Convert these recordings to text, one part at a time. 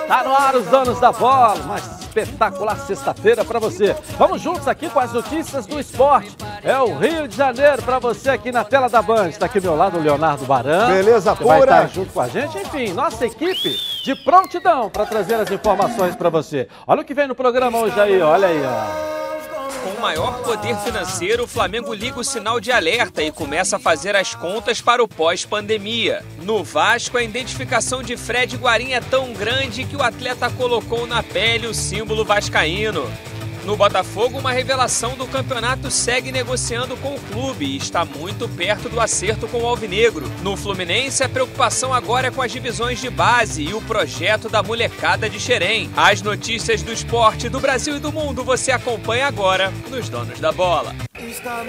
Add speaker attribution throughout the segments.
Speaker 1: Tá no ar os donos da bola, uma espetacular sexta-feira para você. Vamos juntos aqui com as notícias do esporte. É o Rio de Janeiro para você aqui na tela da Band. Está aqui ao meu lado o Leonardo Baran.
Speaker 2: Beleza pura.
Speaker 1: Vai estar junto com a gente. Enfim, nossa equipe de prontidão para trazer as informações para você. Olha o que vem no programa hoje aí, olha aí, ó.
Speaker 3: Com o maior poder financeiro, o Flamengo liga o sinal de alerta e começa a fazer as contas para o pós-pandemia. No Vasco, a identificação de Fred Guarim é tão grande que o atleta colocou na pele o símbolo vascaíno. No Botafogo, uma revelação do campeonato segue negociando com o clube e está muito perto do acerto com o Alvinegro. No Fluminense, a preocupação agora é com as divisões de base e o projeto da molecada de Xerém. As notícias do esporte do Brasil e do mundo você acompanha agora nos Donos da Bola.
Speaker 1: Está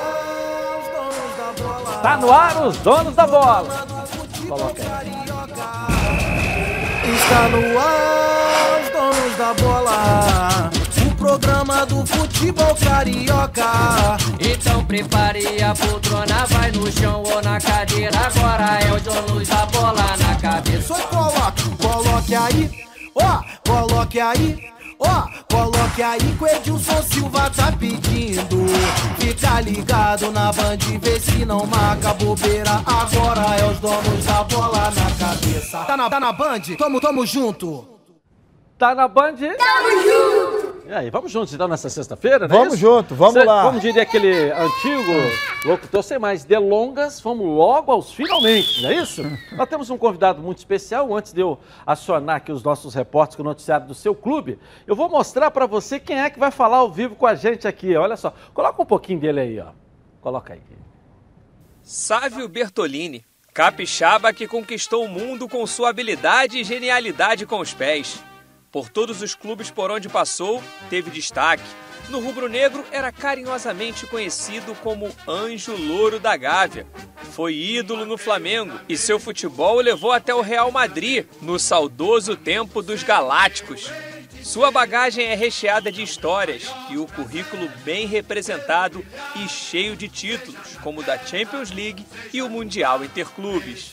Speaker 1: no ar os Donos da Bola. Coloca aí.
Speaker 4: Está no ar os Donos da Bola. Programa do futebol carioca.
Speaker 5: Então prepare a poltrona, vai no chão ou na cadeira. Agora é o Donos da Bola na cabeça.
Speaker 4: Só coloque aí, ó, coloque aí, ó, coloque aí que o Edilson Silva tá pedindo. Fica ligado na Band, vê se não marca bobeira. Agora é os Donos da Bola na cabeça. Tá na Band? Tamo junto.
Speaker 1: Tá na Band?
Speaker 4: Tamo junto.
Speaker 1: E aí, vamos juntos então nessa sexta-feira, né?
Speaker 2: Vamos junto, vamos lá.
Speaker 1: Como diria aquele antigo locutor, sem mais delongas, vamos logo aos finalmente, não é isso? Nós temos um convidado muito especial. Antes de eu acionar aqui os nossos repórteres com o noticiário do seu clube, eu vou mostrar para você quem é que vai falar ao vivo com a gente aqui. Olha só, coloca um pouquinho dele aí, ó. Coloca aí.
Speaker 3: Sávio Bertolini, capixaba que conquistou o mundo com sua habilidade e genialidade com os pés. Por todos os clubes por onde passou, teve destaque. No rubro-negro, era carinhosamente conhecido como Anjo Louro da Gávea. Foi ídolo no Flamengo e seu futebol o levou até o Real Madrid, no saudoso tempo dos Galácticos. Sua bagagem é recheada de histórias e o currículo bem representado e cheio de títulos, como o da Champions League e o Mundial Interclubes.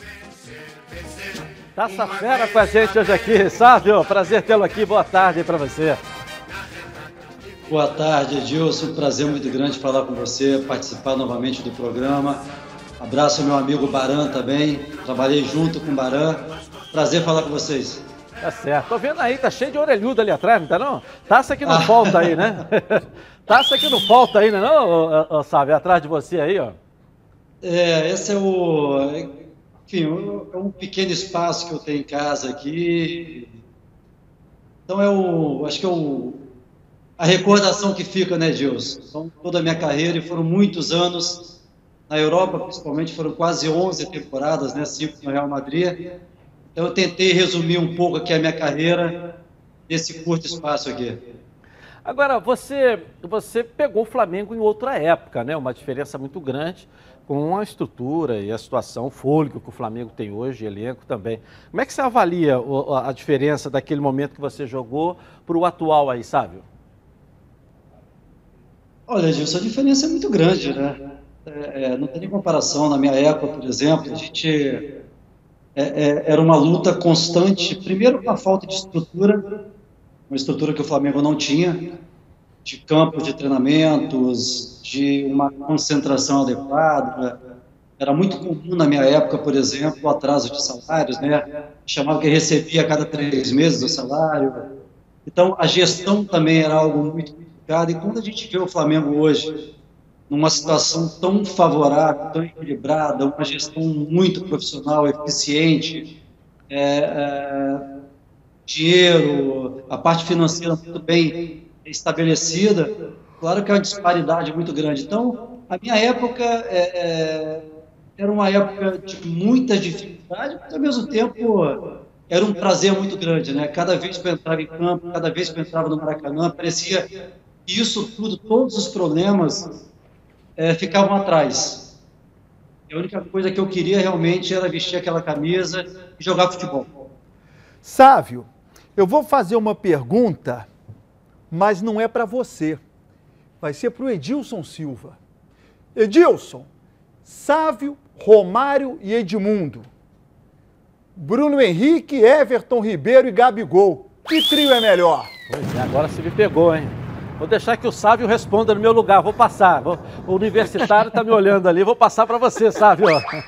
Speaker 1: Taça fera com a gente hoje aqui, Sávio. Prazer tê-lo aqui. Boa tarde para você.
Speaker 6: Boa tarde, Edilson. Prazer muito grande falar com você, participar novamente do programa. Abraço ao meu amigo Baran também. Trabalhei junto com o Baran. Prazer falar com vocês.
Speaker 1: Tá certo. Tô vendo aí, tá cheio de orelhudo ali atrás, não tá não? Taça que não falta aí, né? Taça que não falta ainda, não, Sávio? Atrás de você aí, ó.
Speaker 6: Esse é o... Enfim, é um pequeno espaço que eu tenho em casa aqui. Então acho que a recordação que fica, né, Gilson? São toda a minha carreira e foram muitos anos na Europa, principalmente, foram quase 11 temporadas, né, 5 no Real Madrid. Então eu tentei resumir um pouco aqui a minha carreira nesse curto espaço aqui.
Speaker 1: Agora, você pegou o Flamengo em outra época, né? Uma diferença muito grande com a estrutura e a situação, o fôlego que o Flamengo tem hoje, elenco também. Como é que você avalia a diferença daquele momento que você jogou para o atual aí, Sávio?
Speaker 6: Olha, Gilson, a diferença é muito grande, né? Não tem nem comparação. Na minha época, por exemplo, a gente era uma luta constante, primeiro com a falta de estrutura, uma estrutura que o Flamengo não tinha, de campos de treinamentos, de uma concentração adequada. Era muito comum na minha época, por exemplo, o atraso de salários, né? Chamava que recebia a cada 3 meses o salário. Então, a gestão também era algo muito complicado. E quando a gente vê o Flamengo hoje, numa situação tão favorável, tão equilibrada, uma gestão muito profissional, eficiente, dinheiro, a parte financeira muito bem estabelecida, claro que é uma disparidade muito grande. Então, a minha época era uma época de muita dificuldade, mas ao mesmo tempo era um prazer muito grande, né? Cada vez que eu entrava em campo, cada vez que eu entrava no Maracanã, parecia que isso tudo, todos os problemas ficavam atrás. A única coisa que eu queria realmente era vestir aquela camisa e jogar futebol.
Speaker 2: Sávio, eu vou fazer uma pergunta, mas não é para você. Vai ser para o Edilson Silva. Edilson, Sávio, Romário e Edmundo. Bruno Henrique, Everton Ribeiro e Gabigol. Que trio é melhor?
Speaker 1: Pois é, agora você me pegou, hein? Vou deixar que o Sávio responda no meu lugar, vou passar. O universitário está me olhando ali, vou passar para você, Sávio.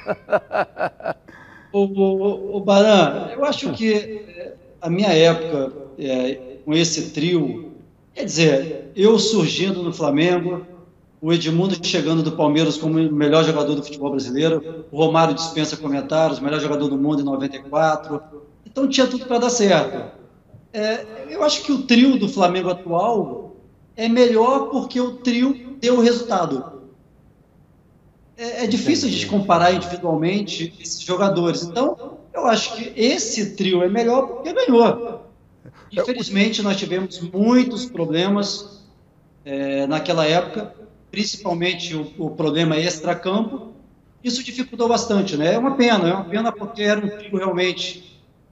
Speaker 6: O Baran, eu acho que a minha época com esse trio, quer dizer, eu surgindo no Flamengo, o Edmundo chegando do Palmeiras como o melhor jogador do futebol brasileiro, o Romário dispensa comentários, o melhor jogador do mundo em 94, então tinha tudo para dar certo. Eu acho que o trio do Flamengo atual é melhor porque o trio deu resultado. É difícil a gente comparar individualmente esses jogadores. Então, eu acho que esse trio é melhor porque ganhou. Infelizmente, nós tivemos muitos problemas naquela época, principalmente o problema extracampo. Isso dificultou bastante, né? É uma pena porque era um trio realmente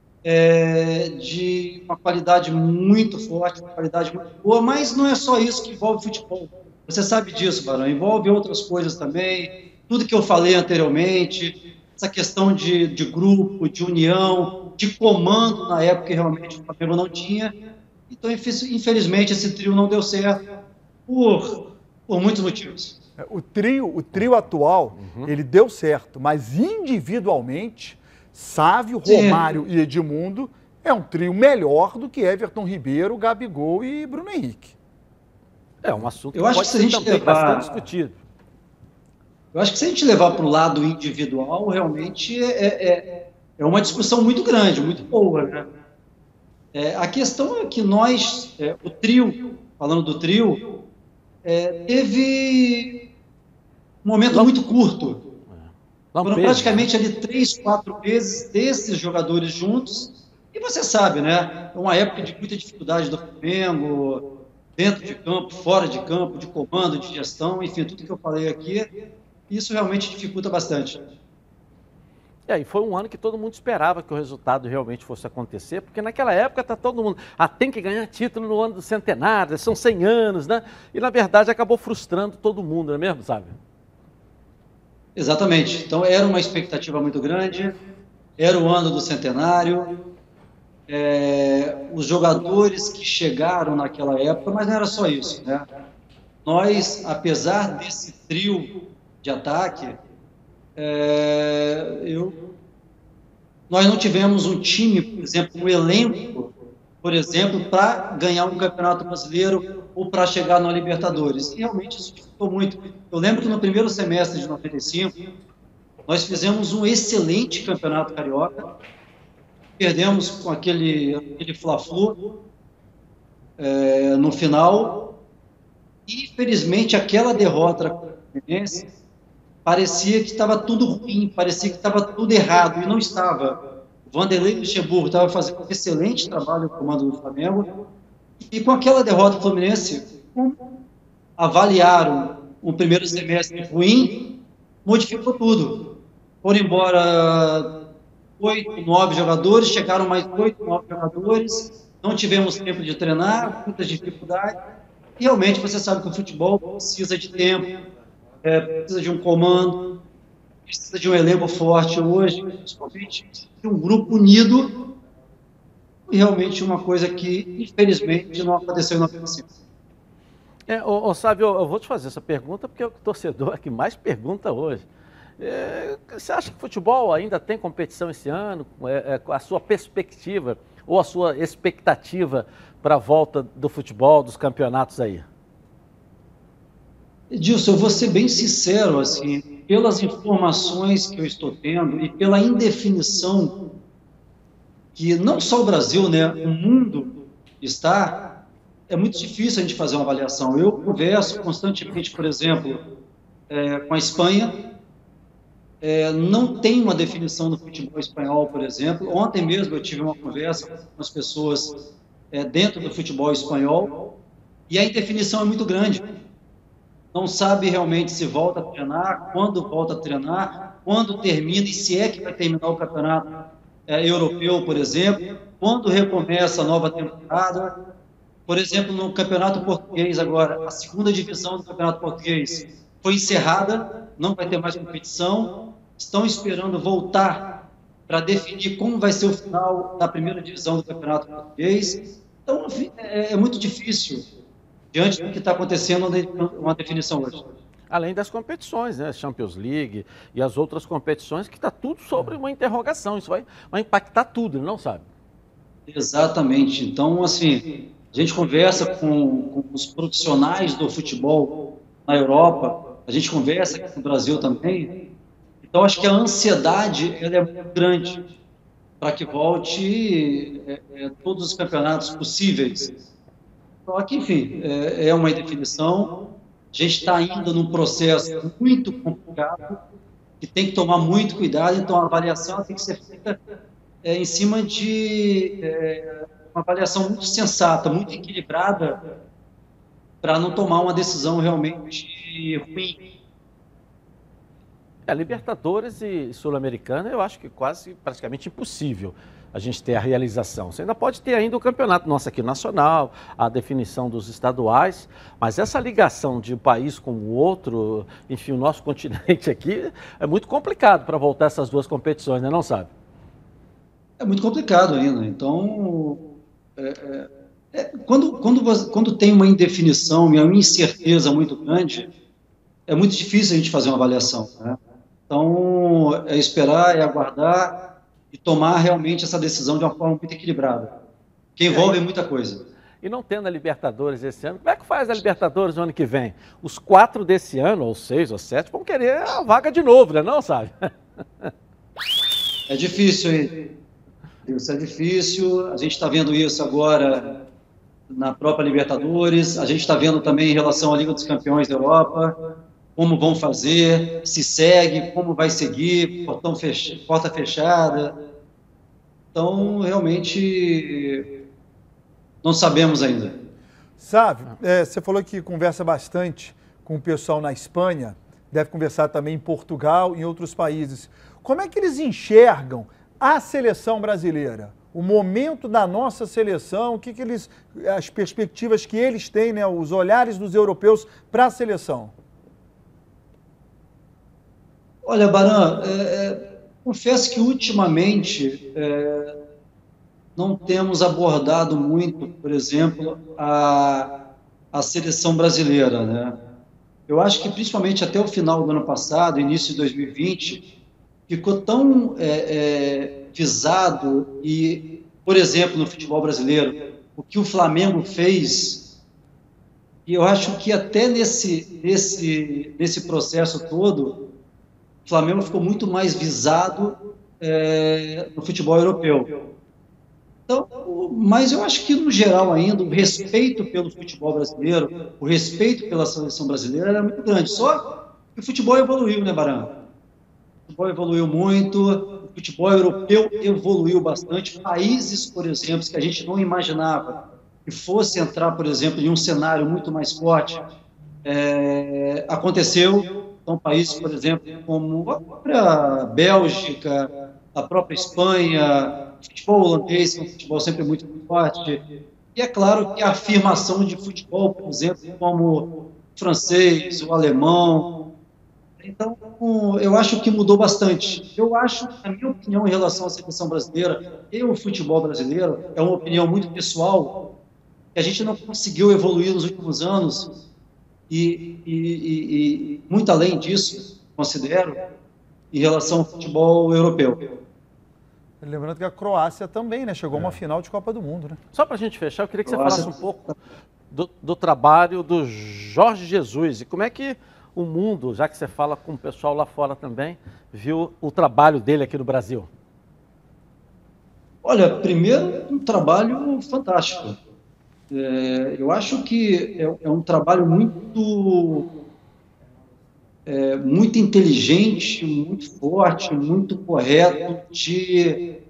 Speaker 6: de uma qualidade muito forte, uma qualidade muito boa, mas não é só isso que envolve futebol. Você sabe disso, Barão, envolve outras coisas também, tudo que eu falei anteriormente, essa questão de grupo, de união, de comando, na época que realmente o Flamengo não tinha. Então, infelizmente, esse trio não deu certo por muitos motivos.
Speaker 2: O trio atual, ele deu certo, mas individualmente, Sávio, Romário e Edmundo é um trio melhor do que Everton Ribeiro, Gabigol e Bruno Henrique.
Speaker 1: É um assunto que
Speaker 6: eu acho
Speaker 1: pode
Speaker 6: que se a gente
Speaker 1: ser também bastante discutido.
Speaker 6: Eu acho que se a gente levar para o lado individual, realmente é uma discussão muito grande, muito boa, né? A questão é que nós, o trio, falando do trio, teve um momento muito curto. Foram praticamente ali 3, 4 meses desses jogadores juntos, e você sabe, né? É uma época de muita dificuldade do Flamengo, dentro de campo, fora de campo, de comando, de gestão, enfim, tudo que eu falei aqui, isso realmente dificulta bastante.
Speaker 1: E foi um ano que todo mundo esperava que o resultado realmente fosse acontecer, porque naquela época tá todo mundo, tem que ganhar título no ano do centenário, são 100 anos, né? E na verdade acabou frustrando todo mundo, não é mesmo, sabe?
Speaker 6: Exatamente. Então era uma expectativa muito grande, era o ano do centenário, os jogadores que chegaram naquela época, mas não era só isso, né? Nós, apesar desse trio de ataque, nós não tivemos um time, por exemplo, um elenco, por exemplo, para ganhar um campeonato brasileiro ou para chegar na Libertadores. E realmente isso dificultou muito. Eu lembro que no primeiro semestre de 95, nós fizemos um excelente campeonato carioca, perdemos com aquele Fla-Flu no final, e infelizmente aquela derrota com o Fluminense parecia que estava tudo ruim, parecia que estava tudo errado, e não estava. O Vanderlei Luxemburgo estava fazendo um excelente trabalho no comando do Flamengo, e com aquela derrota do Fluminense, avaliaram um primeiro semestre ruim, modificou tudo. Foram embora 8, 9 jogadores, chegaram mais 8, 9 jogadores, não tivemos tempo de treinar, muitas dificuldades, e realmente você sabe que o futebol precisa de tempo, precisa de um comando, precisa de um elenco forte hoje, principalmente de um grupo unido, e realmente uma coisa que, infelizmente, não aconteceu em 95.
Speaker 1: Sávio, eu vou te fazer essa pergunta porque é o torcedor que mais pergunta hoje. Você acha que o futebol ainda tem competição esse ano? A sua perspectiva ou a sua expectativa para a volta do futebol, dos campeonatos aí?
Speaker 6: Edilson, eu vou ser bem sincero, assim, pelas informações que eu estou tendo e pela indefinição que não só o Brasil, né, o mundo está, é muito difícil a gente fazer uma avaliação. Eu converso constantemente, por exemplo, com a Espanha, não tem uma definição do futebol espanhol, por exemplo. Ontem mesmo eu tive uma conversa com as pessoas dentro do futebol espanhol e a indefinição é muito grande. Não sabe realmente se volta a treinar, quando volta a treinar, quando termina e se é que vai terminar o campeonato europeu, por exemplo, quando recomeça a nova temporada. Por exemplo, no campeonato português agora, a segunda divisão do campeonato português foi encerrada, não vai ter mais competição, estão esperando voltar para definir como vai ser o final da primeira divisão do Campeonato Português. Então, é muito difícil, diante do que está acontecendo, uma definição hoje.
Speaker 1: Além das competições, né? Champions League e as outras competições, que está tudo sobre uma interrogação. Isso vai impactar tudo, não sabe?
Speaker 6: Exatamente. Então, assim, a gente conversa com os profissionais do futebol na Europa, a gente conversa aqui no Brasil também. Então, acho que a ansiedade ela é muito grande para que volte todos os campeonatos possíveis. Só que, enfim, é uma indefinição. A gente está ainda num processo muito complicado, que tem que tomar muito cuidado, então a avaliação tem que ser feita em cima de uma avaliação muito sensata, muito equilibrada, para não tomar uma decisão realmente ruim.
Speaker 1: A Libertadores e Sul-Americana, eu acho que quase praticamente impossível a gente ter a realização. Você ainda pode ter ainda o campeonato nosso aqui nacional, a definição dos estaduais, mas essa ligação de um país com o outro, enfim, o nosso continente aqui, é muito complicado para voltar essas duas competições, né, não sabe?
Speaker 6: É muito complicado ainda. Então, quando tem uma indefinição e uma incerteza muito grande, é muito difícil a gente fazer uma avaliação, né? Então, é esperar, é aguardar e tomar realmente essa decisão de uma forma muito equilibrada, que envolve muita coisa.
Speaker 1: E não tendo a Libertadores esse ano, como é que faz a Libertadores no ano que vem? Os 4 desse ano, ou 6 ou 7, vão querer a vaga de novo, né, não, sabe?
Speaker 6: É difícil, hein? Isso é difícil. A gente está vendo isso agora na própria Libertadores, a gente está vendo também em relação à Liga dos Campeões da Europa, como vão fazer, se segue, como vai seguir, porta fechada. Então, realmente, não sabemos ainda.
Speaker 2: Sabe, você falou que conversa bastante com o pessoal na Espanha, deve conversar também em Portugal e em outros países. Como é que eles enxergam a seleção brasileira? O momento da nossa seleção, as perspectivas que eles têm, né, os olhares dos europeus para a seleção?
Speaker 6: Olha, Baran, confesso que ultimamente não temos abordado muito, por exemplo, a seleção brasileira, né? Eu acho que principalmente até o final do ano passado, início de 2020, ficou tão visado e, por exemplo, no futebol brasileiro, o que o Flamengo fez, e eu acho que até nesse processo todo, o Flamengo ficou muito mais visado no futebol europeu. Então, mas eu acho que, no geral ainda, o respeito pelo futebol brasileiro, o respeito pela seleção brasileira era muito grande. Só que o futebol evoluiu, né, Baran? O futebol evoluiu muito, o futebol europeu evoluiu bastante. Países, por exemplo, que a gente não imaginava que fosse entrar, por exemplo, em um cenário muito mais forte, aconteceu. Então, países, por exemplo, como a própria Bélgica, a própria Espanha, o futebol holandês, que é um futebol sempre muito forte. E é claro que a afirmação de futebol, por exemplo, como o francês, o alemão. Então, eu acho que mudou bastante. Eu acho, na minha opinião, em relação à seleção brasileira e o futebol brasileiro, é uma opinião muito pessoal, que a gente não conseguiu evoluir nos últimos anos. E muito além disso, considero, em relação ao futebol europeu.
Speaker 2: Lembrando que a Croácia também, né? Chegou a uma final de Copa do Mundo, né?
Speaker 1: Só para a gente fechar, eu queria que você falasse um pouco do trabalho do Jorge Jesus e como é que o mundo, já que você fala com o pessoal lá fora também, viu o trabalho dele aqui no Brasil.
Speaker 6: Olha, primeiro, um trabalho fantástico. Eu acho que é um trabalho muito inteligente, muito forte, muito correto, de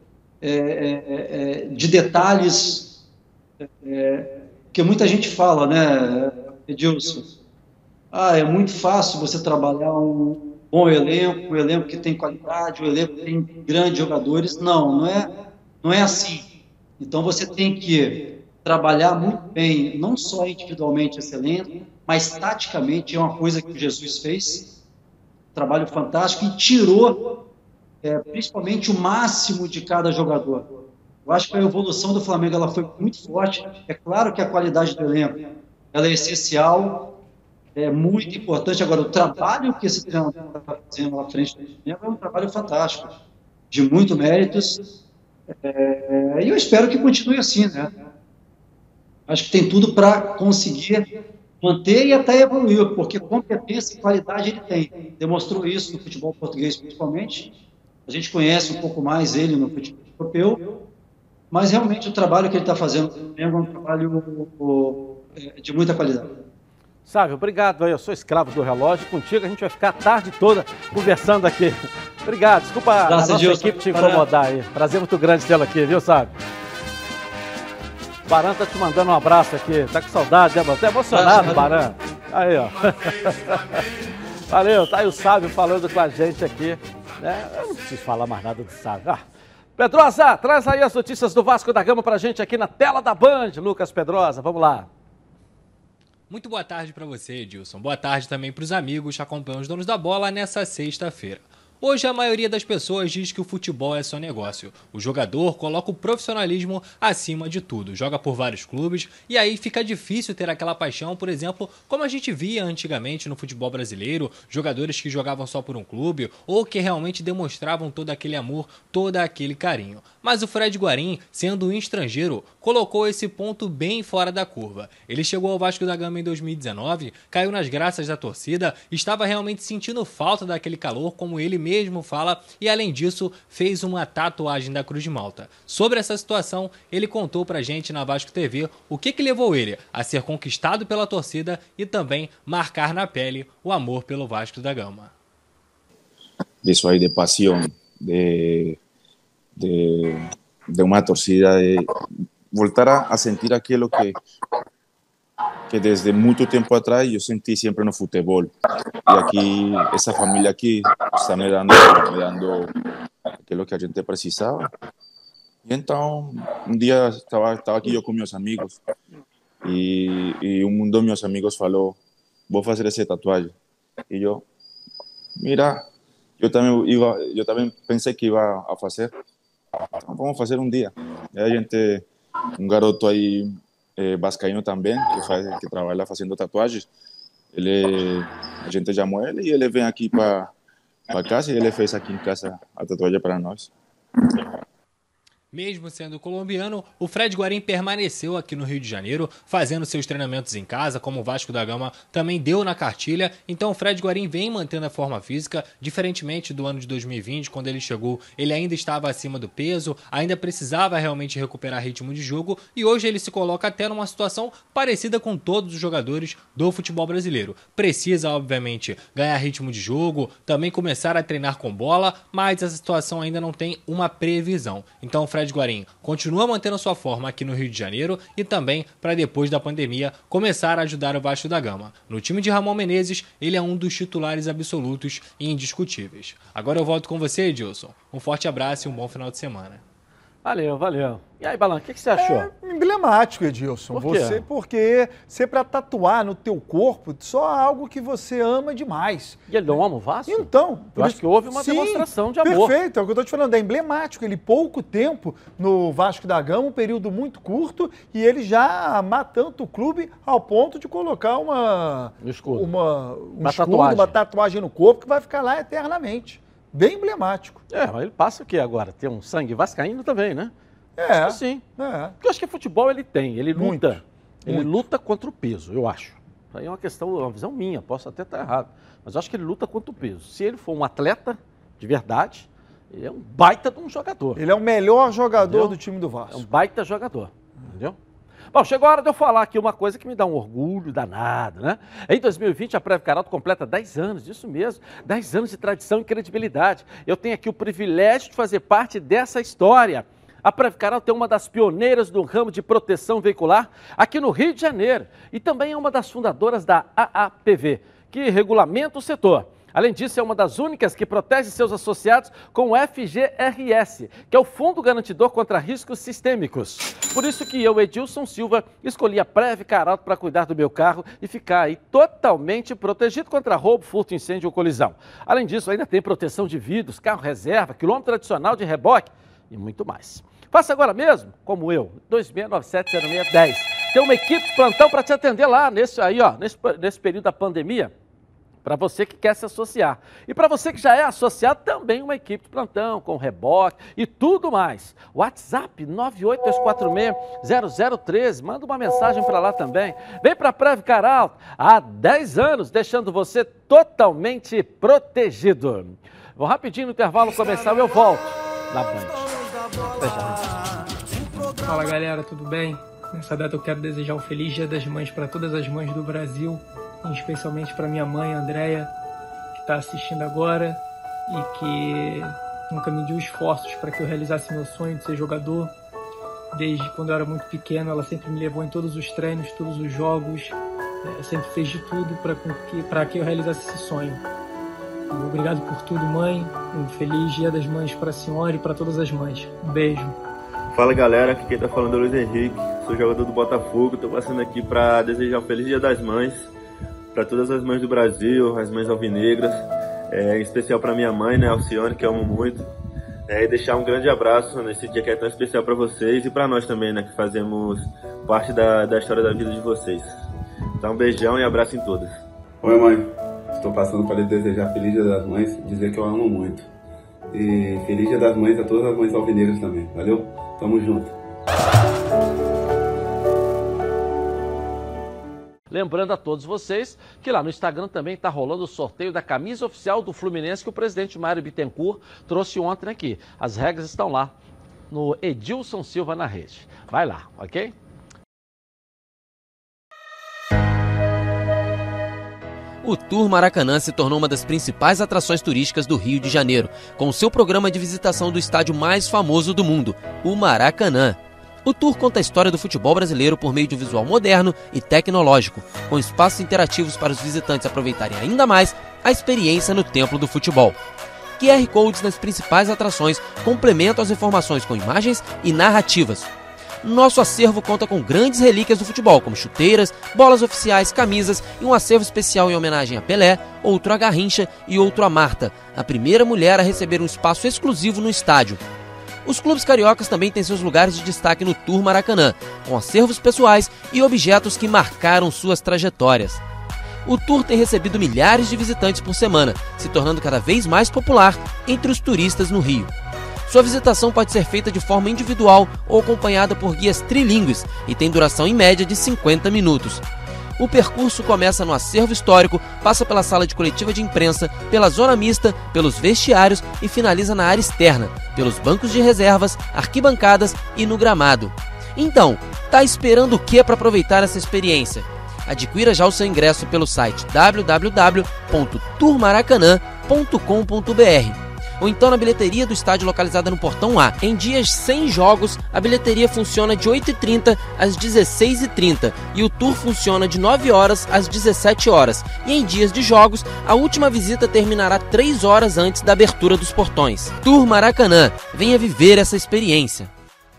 Speaker 6: detalhes, que muita gente fala, né, Edilson? É muito fácil você trabalhar um bom elenco, um elenco que tem qualidade, um elenco que tem grandes jogadores. Não é assim. Então você tem que trabalhar muito bem, não só individualmente esse elenco, mas taticamente. É uma coisa que o Jesus fez, um trabalho fantástico, e tirou principalmente o máximo de cada jogador. Eu acho que a evolução do Flamengo ela foi muito forte. É claro que a qualidade do elenco ela é essencial, é muito importante. Agora, o trabalho que esse treinador está fazendo lá à frente do Flamengo é um trabalho fantástico, de muito méritos. E eu espero que continue assim, né? Acho que tem tudo para conseguir manter e até evoluir, porque competência e qualidade ele tem. Demonstrou isso no futebol português, principalmente. A gente conhece um pouco mais ele no futebol europeu, mas realmente o trabalho que ele está fazendo é um trabalho de muita qualidade.
Speaker 1: Sávio, obrigado. Eu sou escravo do relógio. Contigo a gente vai ficar a tarde toda conversando aqui. Obrigado. Desculpa a nossa equipe te incomodar aí. Prazer muito grande tê-lo aqui, viu, Sávio? O Baran tá te mandando um abraço aqui. Tá com saudade, né, Tá emocionado, Baran. Aí, ó. Valeu. Tá aí o Sávio falando com a gente aqui. Eu não preciso falar mais nada do Sávio. Pedrosa, traz aí as notícias do Vasco da Gama pra gente aqui na tela da Band. Lucas Pedrosa, vamos lá.
Speaker 7: Muito boa tarde para você, Edilson. Boa tarde também para os amigos que acompanham os donos da bola nessa sexta-feira. Hoje a maioria das pessoas diz que o futebol é só negócio. O jogador coloca o profissionalismo acima de tudo, joga por vários clubes e aí fica difícil ter aquela paixão, por exemplo, como a gente via antigamente no futebol brasileiro, jogadores que jogavam só por um clube ou que realmente demonstravam todo aquele amor, todo aquele carinho. Mas o Fred Guarim, sendo um estrangeiro, colocou esse ponto bem fora da curva. Ele chegou ao Vasco da Gama em 2019, caiu nas graças da torcida, estava realmente sentindo falta daquele calor, como ele mesmo fala, e além disso, fez uma tatuagem da Cruz de Malta. Sobre essa situação, ele contou pra gente na Vasco TV o que levou ele a ser conquistado pela torcida e também marcar na pele o amor pelo Vasco da Gama.
Speaker 8: Isso aí de paixão, de uma torcida, de voltar a sentir aquilo que desde muito tempo atrás eu senti sempre no futebol. E aqui, essa família aqui está me dando aquilo que a gente precisava. E então, um dia estava aqui eu com meus amigos e um dos meus amigos falou, vou fazer essa tatuagem. E eu, mira, eu também pensei que ia a fazer. Então, vamos fazer um dia. E a gente, um garoto aí vascaíno também, que trabalha fazendo tatuagens, a gente chamou ele e ele vem aqui para casa e ele fez aqui em casa a tatuagem para nós.
Speaker 7: Mesmo sendo colombiano, o Fred Guarim permaneceu aqui no Rio de Janeiro, fazendo seus treinamentos em casa, como o Vasco da Gama também deu na cartilha. Então o Fred Guarim vem mantendo a forma física, diferentemente do ano de 2020, quando ele chegou, ele ainda estava acima do peso, ainda precisava realmente recuperar ritmo de jogo, e hoje ele se coloca até numa situação parecida com todos os jogadores do futebol brasileiro. Precisa, obviamente, ganhar ritmo de jogo, também começar a treinar com bola, mas essa situação ainda não tem uma previsão. Então o Fred Guarim continua mantendo sua forma aqui no Rio de Janeiro e também para depois da pandemia começar a ajudar o Vasco da Gama. No time de Ramon Menezes, ele é um dos titulares absolutos e indiscutíveis. Agora eu volto com você, Edilson. Um forte abraço e um bom final de semana.
Speaker 1: Valeu, valeu. E aí, Balan, o que você achou?
Speaker 2: É emblemático, Edilson.
Speaker 1: Por quê?
Speaker 2: Porque você para tatuar no teu corpo só algo que você ama demais.
Speaker 1: E ele não ama o Vasco?
Speaker 2: Então.
Speaker 1: Eu acho que houve uma demonstração de amor.
Speaker 2: Perfeito, é o que eu estou te falando. É emblemático. Ele pouco tempo no Vasco da Gama, um período muito curto, e ele já amar tanto o clube ao ponto de colocar uma tatuagem no corpo que vai ficar lá eternamente. Bem emblemático.
Speaker 1: Mas ele passa o quê agora? Tem um sangue vascaíno também, né?
Speaker 2: Acho
Speaker 1: que sim. Porque eu acho que futebol ele tem, ele luta.
Speaker 2: Muito.
Speaker 1: Ele luta contra o peso, eu acho. Aí é uma questão, uma visão minha, posso até estar errado. Mas eu acho que ele luta contra o peso. Se ele for um atleta de verdade, ele é um baita de um jogador.
Speaker 2: Ele é o melhor jogador do time do Vasco.
Speaker 1: É um baita jogador, entendeu? Bom, chegou a hora de eu falar aqui uma coisa que me dá um orgulho danado, né? Em 2020, a Preve Caralto completa 10 anos, isso mesmo, 10 anos de tradição e credibilidade. Eu tenho aqui o privilégio de fazer parte dessa história. A Preve Caralto é uma das pioneiras do ramo de proteção veicular aqui no Rio de Janeiro e também é uma das fundadoras da AAPV, que regulamenta o setor. Além disso, é uma das únicas que protege seus associados com o FGRS, que é o Fundo Garantidor contra Riscos Sistêmicos. Por isso que eu, Edilson Silva, escolhi a Previcar Auto para cuidar do meu carro e ficar aí totalmente protegido contra roubo, furto, incêndio ou colisão. Além disso, ainda tem proteção de vidros, carro reserva, quilômetro adicional de reboque e muito mais. Faça agora mesmo, como eu, 26970610. Tem uma equipe de plantão para te atender lá, nesse período da pandemia. Para você que quer se associar. E para você que já é associado, também uma equipe de plantão, com reboque e tudo mais. WhatsApp 982460013, manda uma mensagem para lá também. Vem para a Previcar Auto, há 10 anos, deixando você totalmente protegido. Vou rapidinho no intervalo comercial e eu volto na Band.
Speaker 9: Fala galera, tudo bem? Nessa data eu quero desejar um feliz Dia das Mães para todas as mães do Brasil, especialmente para minha mãe, Andréia, que está assistindo agora e que nunca mediu esforços para que eu realizasse meu sonho de ser jogador. Desde quando eu era muito pequeno, ela sempre me levou em todos os treinos, todos os jogos, sempre fez de tudo para que eu realizasse esse sonho. Obrigado por tudo, mãe. Um feliz Dia das Mães para a senhora e para todas as mães. Um beijo.
Speaker 10: Fala galera, aqui quem está falando é o Luiz Henrique, sou jogador do Botafogo, estou passando aqui para desejar um feliz Dia das Mães para todas as mães do Brasil, as mães alvinegras, em especial para minha mãe, né, Alcione, que eu amo muito, e deixar um grande abraço nesse dia que é tão especial para vocês e para nós também, né, que fazemos parte da história da vida de vocês. Então um beijão e abraço em todas.
Speaker 11: Oi mãe, estou passando para lhe desejar feliz Dia das Mães e dizer que eu amo muito. E feliz Dia das Mães a todas as mães alvinegras também, valeu? Tamo junto.
Speaker 1: Lembrando a todos vocês que lá no Instagram também está rolando o sorteio da camisa oficial do Fluminense que o presidente Mário Bittencourt trouxe ontem aqui. As regras estão lá no Edilson Silva na rede. Vai lá, ok?
Speaker 12: O Tour Maracanã se tornou uma das principais atrações turísticas do Rio de Janeiro, com seu programa de visitação do estádio mais famoso do mundo, o Maracanã. O tour conta a história do futebol brasileiro por meio de um visual moderno e tecnológico, com espaços interativos para os visitantes aproveitarem ainda mais a experiência no templo do futebol. QR Codes nas principais atrações complementam as informações com imagens e narrativas. Nosso acervo conta com grandes relíquias do futebol, como chuteiras, bolas oficiais, camisas e um acervo especial em homenagem a Pelé, outro a Garrincha e outro a Marta, a primeira mulher a receber um espaço exclusivo no estádio. Os clubes cariocas também têm seus lugares de destaque no Tour Maracanã, com acervos pessoais e objetos que marcaram suas trajetórias. O Tour tem recebido milhares de visitantes por semana, se tornando cada vez mais popular entre os turistas no Rio. Sua visitação pode ser feita de forma individual ou acompanhada por guias trilingües e tem duração em média de 50 minutos. O percurso começa no acervo histórico, passa pela sala de coletiva de imprensa, pela zona mista, pelos vestiários e finaliza na área externa, pelos bancos de reservas, arquibancadas e no gramado. Então, tá esperando o que para aproveitar essa experiência? Adquira já o seu ingresso pelo site www.tourmaracanã.com.br ou então na bilheteria do estádio localizada no Portão A. Em dias sem jogos, a bilheteria funciona de 8h30 às 16h30 e o tour funciona de 9 horas às 17 horas. E em dias de jogos, a última visita terminará 3 horas antes da abertura dos portões. Tour Maracanã, venha viver essa experiência.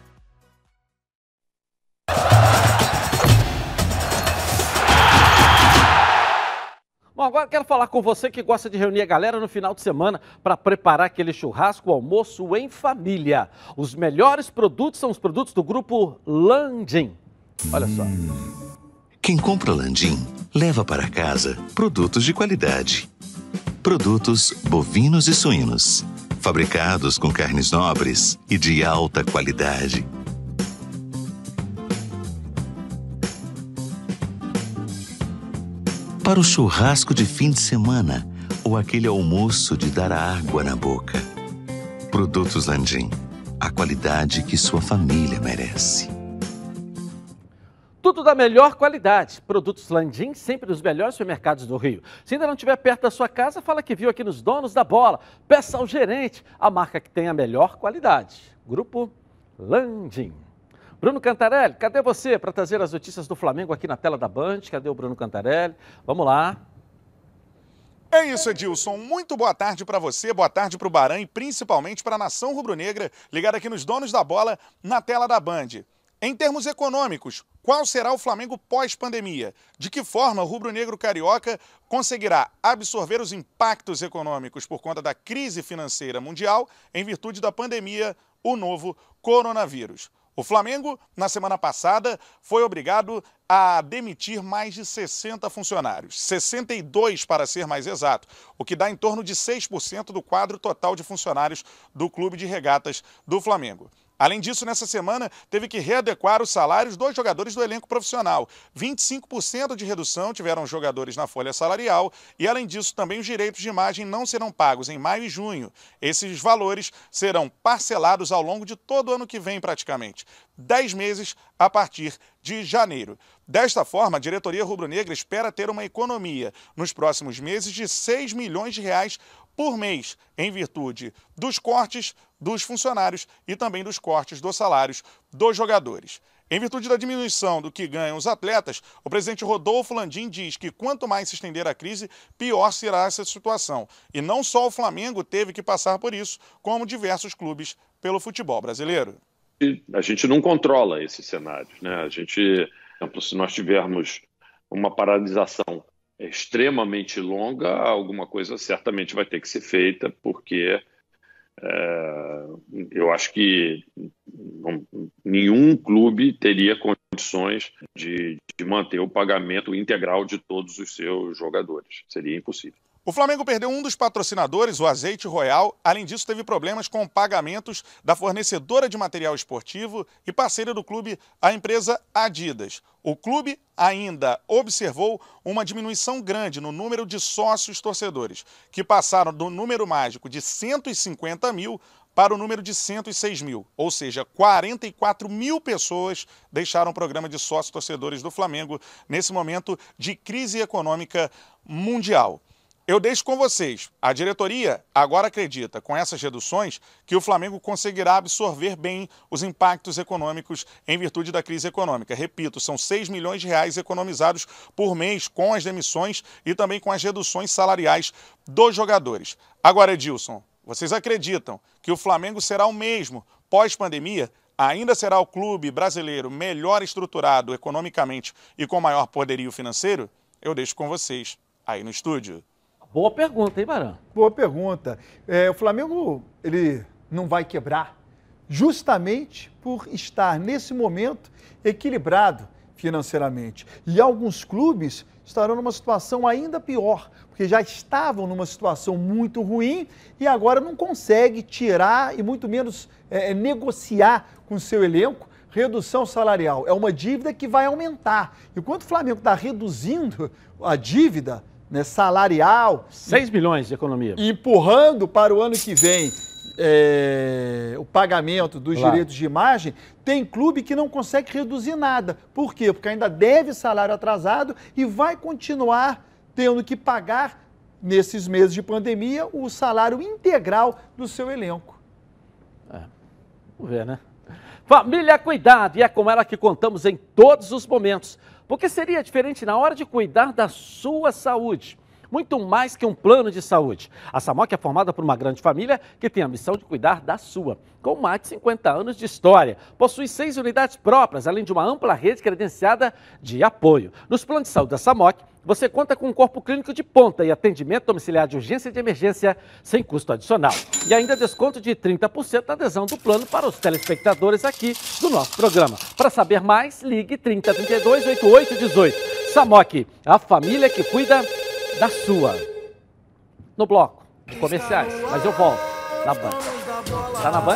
Speaker 1: Bom, agora quero falar com você que gosta de reunir a galera no final de semana para preparar aquele churrasco, almoço em família. Os melhores produtos são os produtos do grupo Landim. Olha só.
Speaker 13: Quem compra Landim leva para casa produtos de qualidade. Produtos bovinos e suínos, fabricados com carnes nobres e de alta qualidade. Para o churrasco de fim de semana ou aquele almoço de dar água na boca. Produtos Landim, a qualidade que sua família merece.
Speaker 1: Tudo da melhor qualidade. Produtos Landim, sempre nos melhores supermercados do Rio. Se ainda não estiver perto da sua casa, fala que viu aqui nos Donos da Bola. Peça ao gerente, a marca que tem a melhor qualidade. Grupo Landim. Bruno Cantarelli, cadê você para trazer as notícias do Flamengo aqui na tela da Band? Cadê o Bruno Cantarelli? Vamos lá.
Speaker 14: É isso, Edilson. Muito boa tarde para você, boa tarde para o Baran e principalmente para a nação rubro-negra, ligada aqui nos Donos da Bola, na tela da Band. Em termos econômicos, qual será o Flamengo pós-pandemia? De que forma o rubro-negro carioca conseguirá absorver os impactos econômicos por conta da crise financeira mundial em virtude da pandemia, o novo coronavírus? O Flamengo, na semana passada, foi obrigado a demitir mais de 60 funcionários, 62 para ser mais exato, o que dá em torno de 6% do quadro total de funcionários do Clube de Regatas do Flamengo. Além disso, nessa semana, teve que readequar os salários dos jogadores do elenco profissional. 25% de redução tiveram jogadores na folha salarial e, além disso, também os direitos de imagem não serão pagos em maio e junho. Esses valores serão parcelados ao longo de todo o ano que vem, praticamente. 10 meses a partir de janeiro. Desta forma, a diretoria rubro-negra espera ter uma economia nos próximos meses de 6 milhões de reais por mês, em virtude dos cortes dos funcionários e também dos cortes dos salários dos jogadores. Em virtude da diminuição do que ganham os atletas, o presidente Rodolfo Landim diz que quanto mais se estender a crise, pior será essa situação. E não só o Flamengo teve que passar por isso, como diversos clubes pelo futebol brasileiro.
Speaker 15: A gente não controla esses cenários, né? A gente, por exemplo, se nós tivermos uma paralisação extremamente longa, alguma coisa certamente vai ter que ser feita, porque eu acho que nenhum clube teria condições de manter o pagamento integral de todos os seus jogadores. Seria impossível.
Speaker 14: O Flamengo perdeu um dos patrocinadores, o Azeite Royal. Além disso, teve problemas com pagamentos da fornecedora de material esportivo e parceira do clube, a empresa Adidas. O clube ainda observou uma diminuição grande no número de sócios torcedores, que passaram do número mágico de 150 mil para o número de 106 mil. Ou seja, 44 mil pessoas deixaram o programa de sócios torcedores do Flamengo nesse momento de crise econômica mundial. Eu deixo com vocês. A diretoria agora acredita, com essas reduções, que o Flamengo conseguirá absorver bem os impactos econômicos em virtude da crise econômica. Repito, são 6 milhões de reais economizados por mês com as demissões e também com as reduções salariais dos jogadores. Agora, Edilson, vocês acreditam que o Flamengo será o mesmo pós-pandemia? Ainda será o clube brasileiro melhor estruturado economicamente e com maior poderio financeiro? Eu deixo com vocês aí no estúdio.
Speaker 1: Boa pergunta, hein, Baran?
Speaker 2: Boa pergunta. O Flamengo, ele não vai quebrar justamente por estar, nesse momento, equilibrado financeiramente. E alguns clubes estarão numa situação ainda pior, porque já estavam numa situação muito ruim e agora não consegue tirar e muito menos negociar com o seu elenco redução salarial. É uma dívida que vai aumentar. Enquanto o Flamengo está reduzindo a dívida, né, salarial...
Speaker 1: 6 milhões de economia.
Speaker 2: Empurrando para o ano que vem o pagamento dos direitos de imagem, tem clube que não consegue reduzir nada. Por quê? Porque ainda deve salário atrasado e vai continuar tendo que pagar, nesses meses de pandemia, o salário integral do seu elenco.
Speaker 1: Vamos ver, né? Família Cuidado, e é com ela que contamos em todos os momentos. Porque seria diferente na hora de cuidar da sua saúde. Muito mais que um plano de saúde. A Samok é formada por uma grande família que tem a missão de cuidar da sua. Com mais de 50 anos de história, possui 6 unidades próprias, além de uma ampla rede credenciada de apoio. Nos planos de saúde da Samok, você conta com um corpo clínico de ponta e atendimento domiciliar de urgência e de emergência sem custo adicional. E ainda desconto de 30% na adesão do plano para os telespectadores aqui do nosso programa. Para saber mais, ligue 3032 8818. Samok, a família que cuida da sua. No bloco de comerciais, mas eu volto na Band. Tá na Band?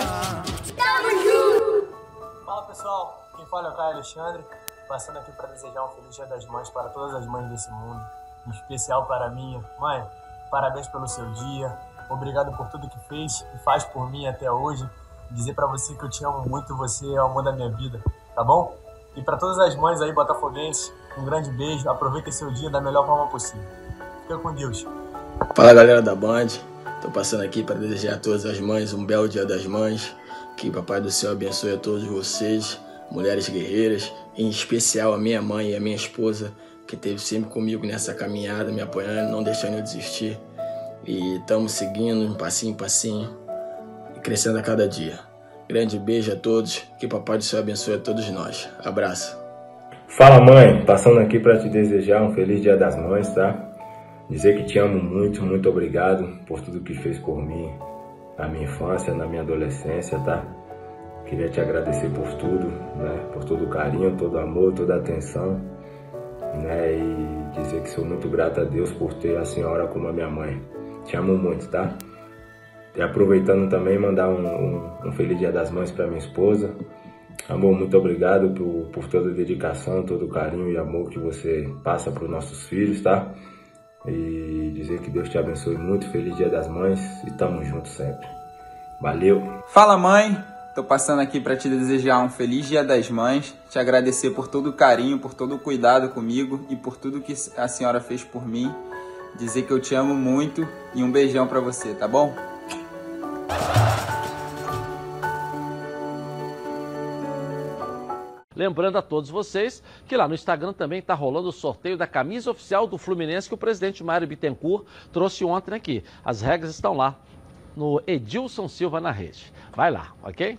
Speaker 16: Fala pessoal, quem fala é o Caio Alexandre, passando aqui para desejar um feliz Dia das Mães para todas as mães desse mundo, em especial para a minha. Mãe, parabéns pelo seu dia, obrigado por tudo que fez e faz por mim até hoje. Dizer para você que eu te amo muito, você é o amor da minha vida, tá bom? E para todas as mães aí botafoguenses, um grande beijo, aproveita seu dia da melhor forma possível. Fica com Deus.
Speaker 17: Fala galera da Band, tô passando aqui para desejar a todas as mães um belo Dia das Mães, que o Papai do Céu abençoe a todos vocês, mulheres guerreiras, em especial a minha mãe e a minha esposa, que esteve sempre comigo nessa caminhada, me apoiando, não deixando eu desistir. E estamos seguindo, passinho em passinho, e crescendo a cada dia. Grande beijo a todos, que Papai do Céu abençoe a todos nós. Abraço.
Speaker 18: Fala, mãe, passando aqui para te desejar um feliz Dia das Mães, tá? Dizer que te amo muito, muito obrigado por tudo que fez por mim na minha infância, na minha adolescência, tá? Queria te agradecer por tudo, né? Por todo o carinho, todo o amor, toda a atenção, né? E dizer que sou muito grato a Deus por ter a senhora como a minha mãe. Te amo muito, tá? E aproveitando também, mandar um feliz Dia das Mães para minha esposa. Amor, muito obrigado por toda a dedicação, todo o carinho e amor que você passa para os nossos filhos, tá? E dizer que Deus te abençoe muito, feliz Dia das Mães e tamo junto sempre. Valeu!
Speaker 19: Fala, mãe! Tô passando aqui para te desejar um feliz Dia das Mães, te agradecer por todo o carinho, por todo o cuidado comigo e por tudo que a senhora fez por mim. Dizer que eu te amo muito e um beijão para você, tá bom?
Speaker 1: Lembrando a todos vocês que lá no Instagram também está rolando o sorteio da camisa oficial do Fluminense que o presidente Mário Bittencourt trouxe ontem aqui. As regras estão lá no Edilson Silva na rede. Vai lá, ok?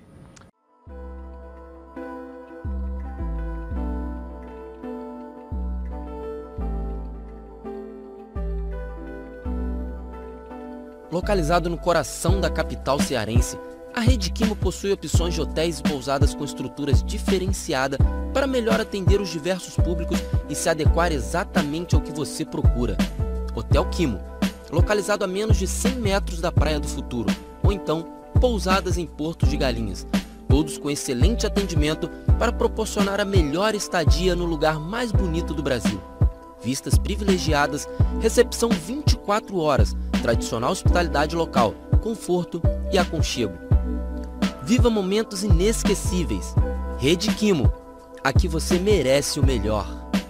Speaker 12: Localizado no coração da capital cearense, a Rede Quimo possui opções de hotéis e pousadas com estruturas diferenciadas para melhor atender os diversos públicos e se adequar exatamente ao que você procura. Hotel Quimo, localizado a menos de 100 metros da Praia do Futuro, ou então pousadas em Porto de Galinhas, todos com excelente atendimento para proporcionar a melhor estadia no lugar mais bonito do Brasil. Vistas privilegiadas, recepção 24 horas, tradicional hospitalidade local, conforto e aconchego. Viva momentos inesquecíveis. Rede Quimo, aqui você merece o melhor.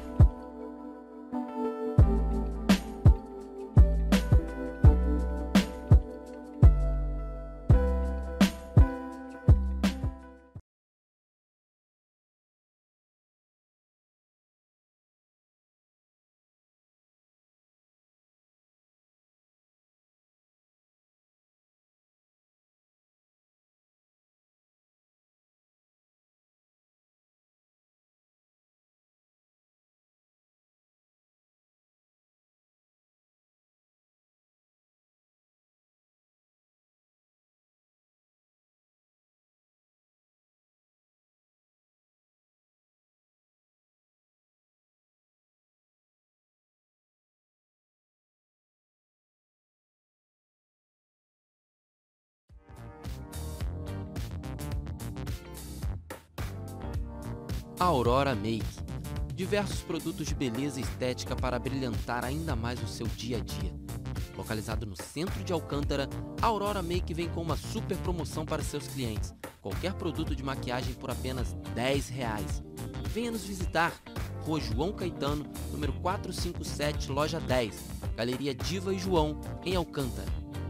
Speaker 12: Aurora Make. Diversos produtos de beleza e estética para brilhantar ainda mais o seu dia a dia. Localizado no centro de Alcântara, a Aurora Make vem com uma super promoção para seus clientes. Qualquer produto de maquiagem por apenas R$10. Venha nos visitar. Rua João Caetano, número 457, loja 10, Galeria Diva e João, em Alcântara.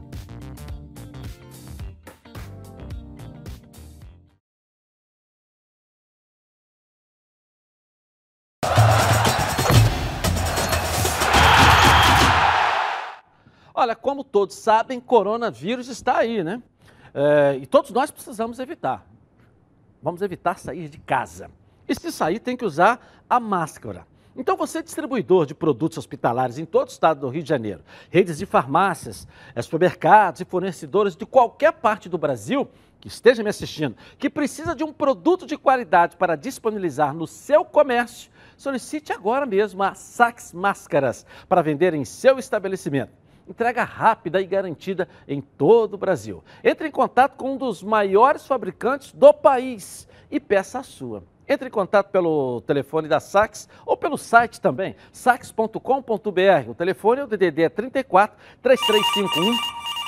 Speaker 1: Olha, como todos sabem, coronavírus está aí, né? E todos nós precisamos evitar. Vamos evitar sair de casa. E se sair, tem que usar a máscara. Então, você, distribuidor de produtos hospitalares em todo o estado do Rio de Janeiro, redes de farmácias, supermercados e fornecedores de qualquer parte do Brasil que esteja me assistindo, que precisa de um produto de qualidade para disponibilizar no seu comércio, solicite agora mesmo a Sax Máscaras para vender em seu estabelecimento. Entrega rápida e garantida em todo o Brasil. Entre em contato com um dos maiores fabricantes do país e peça a sua. Entre em contato pelo telefone da Sax ou pelo site também, sax.com.br. O telefone é o DDD 34 3351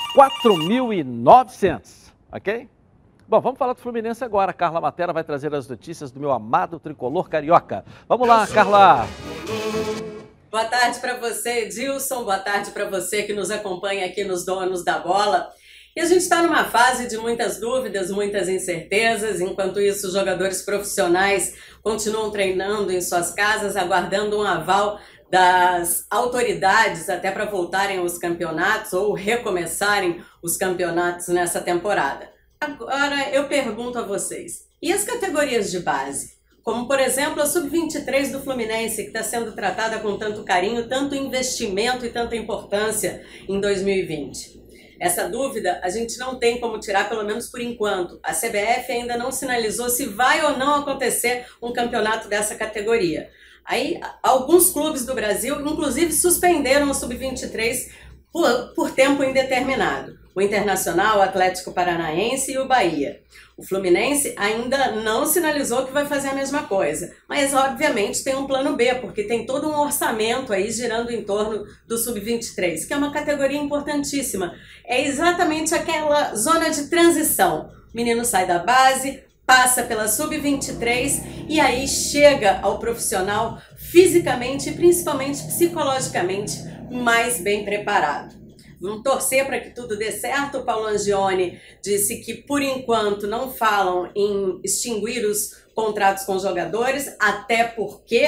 Speaker 1: 4900, ok? Bom, vamos falar do Fluminense agora. A Carla Matera vai trazer as notícias do meu amado tricolor carioca. Vamos lá, Carla!
Speaker 20: Boa tarde para você, Edilson. Boa tarde para você que nos acompanha aqui nos Donos da Bola.
Speaker 21: E a gente está numa fase de muitas dúvidas, muitas incertezas. Enquanto isso, os jogadores profissionais continuam treinando em suas casas, aguardando um aval das autoridades até para voltarem aos campeonatos ou recomeçarem os campeonatos nessa temporada. Agora eu pergunto a vocês, e as categorias de base? Como, por exemplo, a Sub-23 do Fluminense, que está sendo tratada com tanto carinho, tanto investimento e tanta importância em 2020. Essa dúvida a gente não tem como tirar, pelo menos por enquanto. A CBF ainda não sinalizou se vai ou não acontecer um campeonato dessa categoria. Aí, alguns clubes do Brasil, inclusive, suspenderam o Sub-23 por tempo indeterminado. O Internacional, o Atlético Paranaense e o Bahia. O Fluminense ainda não sinalizou que vai fazer a mesma coisa, mas obviamente tem um plano B, porque tem todo um orçamento aí girando em torno do Sub-23, que é uma categoria importantíssima. É exatamente aquela zona de transição. O menino sai da base, passa pela Sub-23 e aí chega ao profissional fisicamente e principalmente psicologicamente mais bem preparado. Vamos torcer para que tudo dê certo. O Paulo Angione disse que, por enquanto, não falam em extinguir os contratos com os jogadores, até porque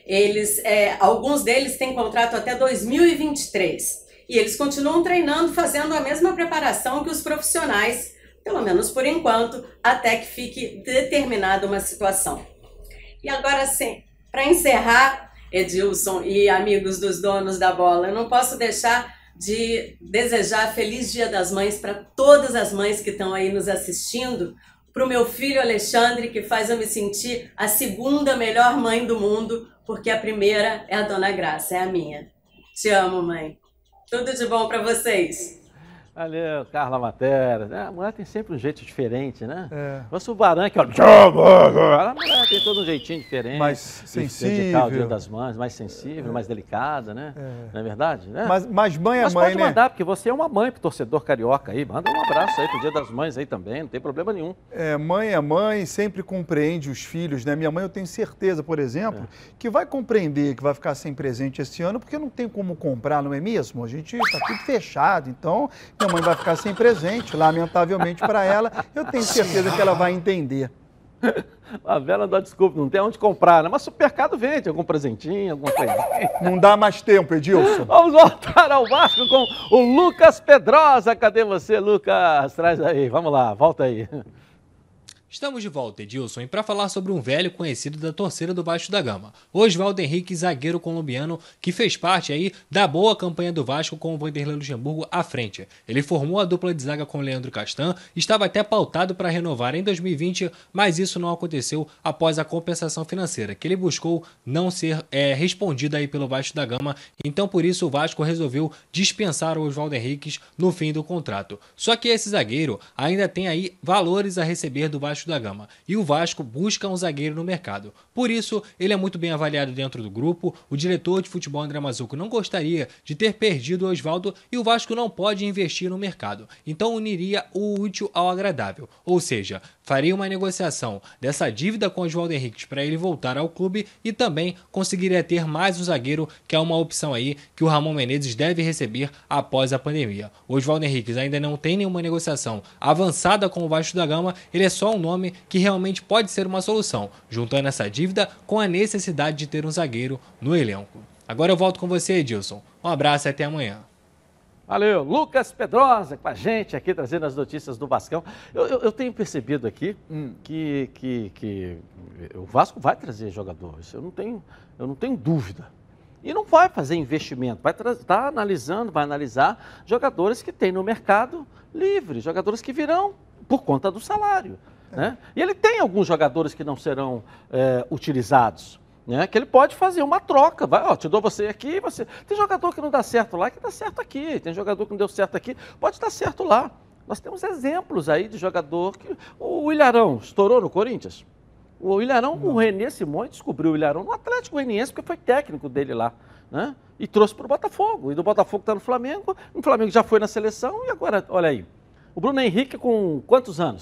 Speaker 21: alguns deles têm contrato até 2023. E eles continuam treinando, fazendo a mesma preparação que os profissionais, pelo menos por enquanto, até que fique determinada uma situação. E agora sim, para encerrar, Edilson e amigos dos donos da bola, eu não posso deixar de desejar Feliz Dia das Mães para todas as mães que estão aí nos assistindo, para o meu filho Alexandre, que faz eu me sentir a segunda melhor mãe do mundo, porque a primeira é a Dona Graça, é a minha. Te amo, mãe. Tudo de bom para vocês.
Speaker 1: Valeu, Carla Matera. A mulher tem sempre um jeito diferente, né?
Speaker 2: É.
Speaker 1: O Barão que, ó, a mulher tem todo um jeitinho diferente.
Speaker 2: Mais sensível.
Speaker 1: Dedicar o Dia das Mães, mais sensível, mais delicada, né? Não é verdade? Né?
Speaker 2: Mas mãe é
Speaker 1: Mas
Speaker 2: mãe,
Speaker 1: pode
Speaker 2: né?
Speaker 1: mandar, porque você é uma mãe pro torcedor carioca aí. Manda um abraço aí pro Dia das Mães aí também, não tem problema nenhum.
Speaker 2: Mãe é mãe, sempre compreende os filhos, né? Minha mãe, eu tenho certeza, por exemplo, que vai compreender que vai ficar sem presente esse ano, porque não tem como comprar, não é mesmo? A gente tá tudo fechado, então minha mãe vai ficar sem presente, lamentavelmente para ela. Eu tenho certeza que ela vai entender.
Speaker 1: A Vera não dá desculpa, não tem onde comprar, né? Mas o supermercado vende algum presentinho, alguma coisa.
Speaker 2: Não dá mais tempo, Edilson.
Speaker 1: Vamos voltar ao Vasco com o Lucas Pedrosa. Cadê você, Lucas? Traz aí, vamos lá, volta aí.
Speaker 7: Estamos de volta, Edilson, e para falar sobre um velho conhecido da torcida do Vasco da Gama, Oswaldo Henrique, zagueiro colombiano, que fez parte aí da boa campanha do Vasco com o Vanderlei Luxemburgo à frente. Ele formou a dupla de zaga com o Leandro Castan, estava até pautado para renovar em 2020, mas isso não aconteceu após a compensação financeira, que ele buscou não ser respondida aí pelo Vasco da Gama, então por isso o Vasco resolveu dispensar o Oswaldo Henrique no fim do contrato. Só que esse zagueiro ainda tem aí valores a receber do Vasco da Gama, e o Vasco busca um zagueiro no mercado. Por isso, ele é muito bem avaliado dentro do grupo. O diretor de futebol André Mazzucco não gostaria de ter perdido o Oswaldo e o Vasco não pode investir no mercado. Então uniria o útil ao agradável, ou seja, faria uma negociação dessa dívida com o Oswaldo Henrique para ele voltar ao clube e também conseguiria ter mais um zagueiro, que é uma opção aí que o Ramon Menezes deve receber após a pandemia. O Oswaldo Henrique ainda não tem nenhuma negociação avançada com o Vasco da Gama, ele é só um nome que realmente pode ser uma solução, juntando essa dívida com a necessidade de ter um zagueiro no elenco. Agora eu volto com você, Edilson. Um abraço e até amanhã.
Speaker 1: Valeu, Lucas Pedrosa com a gente aqui trazendo as notícias do Vascão. Eu tenho percebido aqui que o Vasco vai trazer jogadores, eu não tenho dúvida. E não vai fazer investimento, vai analisar jogadores que tem no mercado livre, jogadores que virão por conta do salário. Né? E ele tem alguns jogadores que não serão utilizados, né? Que ele pode fazer uma troca. Te dou você aqui, você. Tem jogador que não dá certo lá, que dá certo aqui. Tem jogador que não deu certo aqui, pode dar certo lá. Nós temos exemplos aí de jogador que. O Ilharão estourou no Corinthians. O Ilharão, o René Simões descobriu o Ilharão no Atlético Goianiense, porque foi técnico dele lá, né? E trouxe para o Botafogo. E do Botafogo está no Flamengo já foi na seleção e agora, olha aí. O Bruno Henrique com quantos anos?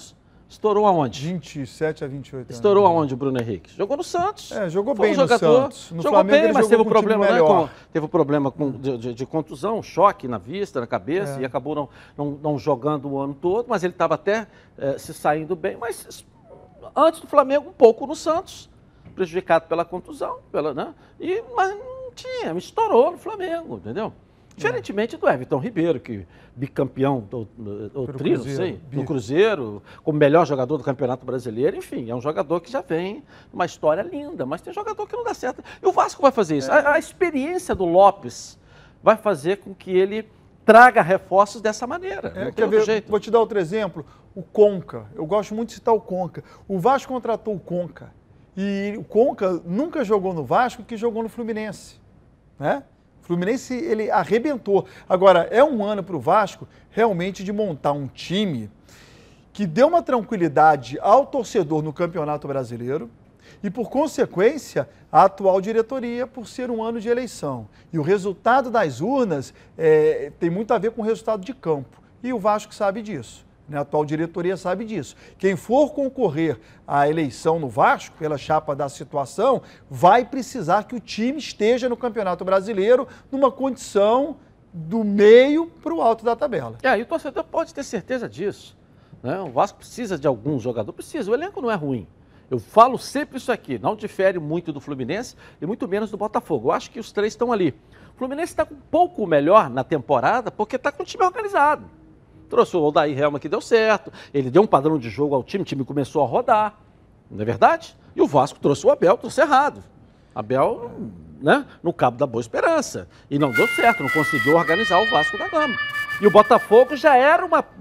Speaker 1: Estourou aonde?
Speaker 2: 27 a 28 anos.
Speaker 1: Estourou aonde o Bruno Henrique? Jogou no Santos.
Speaker 2: Jogou
Speaker 1: Foi
Speaker 2: bem
Speaker 1: um jogador,
Speaker 2: no Santos. No
Speaker 1: jogou
Speaker 2: Flamengo
Speaker 1: bem, mas teve um problema,
Speaker 2: teve
Speaker 1: um problema de contusão, choque na vista, na cabeça, e acabou não jogando o ano todo, mas ele estava até se saindo bem, mas antes do Flamengo, um pouco no Santos, prejudicado pela contusão, mas não tinha, estourou no Flamengo, entendeu? Diferentemente do Everton Ribeiro, que bicampeão do trio, não sei, no Cruzeiro, como melhor jogador do Campeonato Brasileiro, enfim, é um jogador que já vem uma história linda, mas tem jogador que não dá certo. E o Vasco vai fazer isso. A experiência do Lopes vai fazer com que ele traga reforços dessa maneira. Não tem outro jeito.
Speaker 2: Vou te dar outro exemplo, o Conca. Eu gosto muito de citar o Conca. O Vasco contratou o Conca. E o Conca nunca jogou no Vasco, que jogou no Fluminense, né? O Fluminense, ele arrebentou. Agora, é um ano para o Vasco realmente de montar um time que dê uma tranquilidade ao torcedor no Campeonato Brasileiro e, por consequência, a atual diretoria, por ser um ano de eleição. E o resultado das urnas tem muito a ver com o resultado de campo. E o Vasco sabe disso. A atual diretoria sabe disso. Quem for concorrer à eleição no Vasco, pela chapa da situação, vai precisar que o time esteja no Campeonato Brasileiro numa condição do meio para o alto da tabela.
Speaker 1: E o torcedor pode ter certeza disso, né? O Vasco precisa de alguns jogadores, precisa. O elenco não é ruim. Eu falo sempre isso aqui, não difere muito do Fluminense e muito menos do Botafogo. Eu acho que os três estão ali. O Fluminense está um pouco melhor na temporada porque está com o time organizado. Trouxe o Odair Helma que deu certo, ele deu um padrão de jogo ao time, o time começou a rodar, não é verdade? E o Vasco trouxe o Abel, trouxe errado. Abel, né, no Cabo da Boa Esperança. E não deu certo, não conseguiu organizar o Vasco da Gama. E o Botafogo já era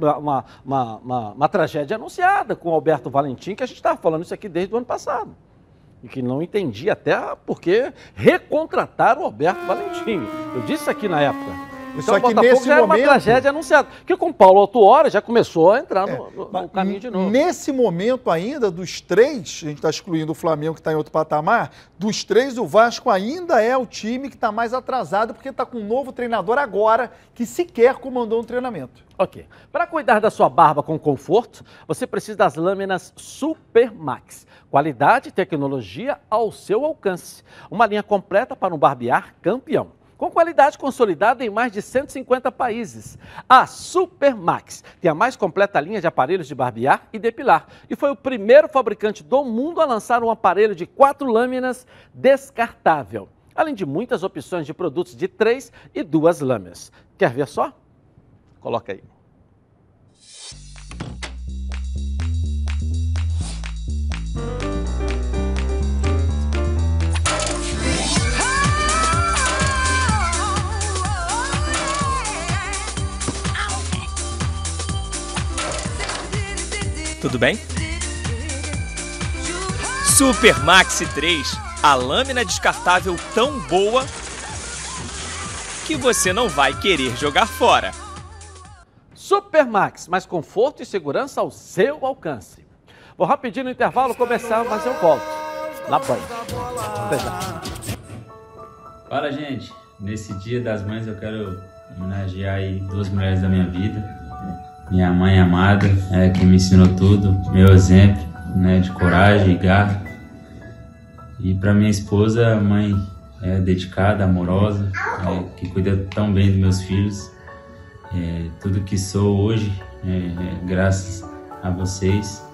Speaker 1: uma tragédia anunciada com o Alberto Valentim, que a gente estava falando isso aqui desde o ano passado. E que não entendia até porque recontrataram o Alberto Valentim. Eu disse aqui na época. Então, o Botafogo já era uma tragédia anunciada. Que com o Paulo Autuori já começou a entrar no caminho de novo.
Speaker 2: Nesse momento ainda, dos três, a gente está excluindo o Flamengo que está em outro patamar, dos três o Vasco ainda é o time que está mais atrasado porque está com um novo treinador agora que sequer comandou um treinamento.
Speaker 1: Ok. Para cuidar da sua barba com conforto, você precisa das lâminas Super Max. Qualidade e tecnologia ao seu alcance. Uma linha completa para um barbear campeão. Com qualidade consolidada em mais de 150 países. A Super Max tem a mais completa linha de aparelhos de barbear e depilar. E foi o primeiro fabricante do mundo a lançar um aparelho de 4 lâminas descartável. Além de muitas opções de produtos de 3 e 2 lâminas. Quer ver só? Coloca aí.
Speaker 3: Tudo bem? Super Maxi 3, a lâmina descartável tão boa que você não vai querer jogar fora.
Speaker 1: Super Max, mais conforto e segurança ao seu alcance. Vou rapidinho no intervalo começar, mas eu volto na Band. Até já.
Speaker 5: Fala, gente. Nesse Dia das Mães eu quero homenagear aí 2 mulheres da minha vida. Minha mãe amada, que me ensinou tudo, meu exemplo, né, de coragem e garra. E para minha esposa, mãe dedicada, amorosa, que cuida tão bem dos meus filhos. Tudo que sou hoje, graças a vocês.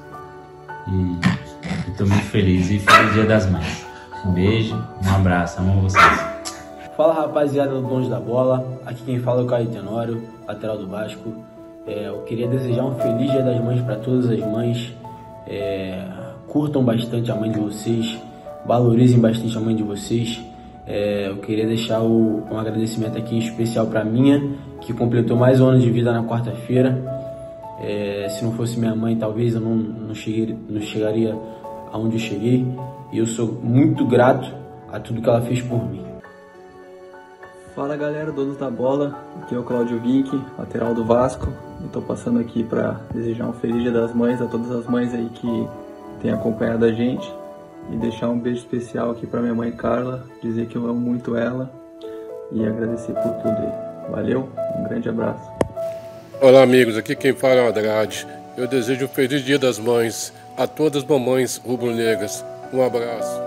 Speaker 5: E estou muito feliz. E feliz Dia das Mães. Um beijo, um abraço, amo vocês.
Speaker 22: Fala, rapaziada do Donos da Bola. Aqui quem fala é o Caio Tenório, lateral do Vasco. Eu queria desejar um feliz Dia das Mães para todas as mães. Curtam bastante a mãe de vocês, valorizem bastante a mãe de vocês. Eu queria deixar um agradecimento aqui especial para minha, que completou mais um ano de vida na quarta-feira. Se não fosse minha mãe, talvez eu não chegaria aonde eu cheguei. E eu sou muito grato a tudo que ela fez por mim.
Speaker 23: Fala, galera, donos da bola, aqui é o Claudio Vinck, lateral do Vasco. Estou passando aqui para desejar um feliz Dia das Mães a todas as mães aí que têm acompanhado a gente e deixar um beijo especial aqui para minha mãe Carla, dizer que eu amo muito ela e agradecer por tudo aí. Valeu, um grande abraço.
Speaker 24: Olá, amigos, aqui quem fala é o Andrade.
Speaker 4: eu desejo um feliz Dia das Mães a todas as mamães rubro-negras. Um abraço.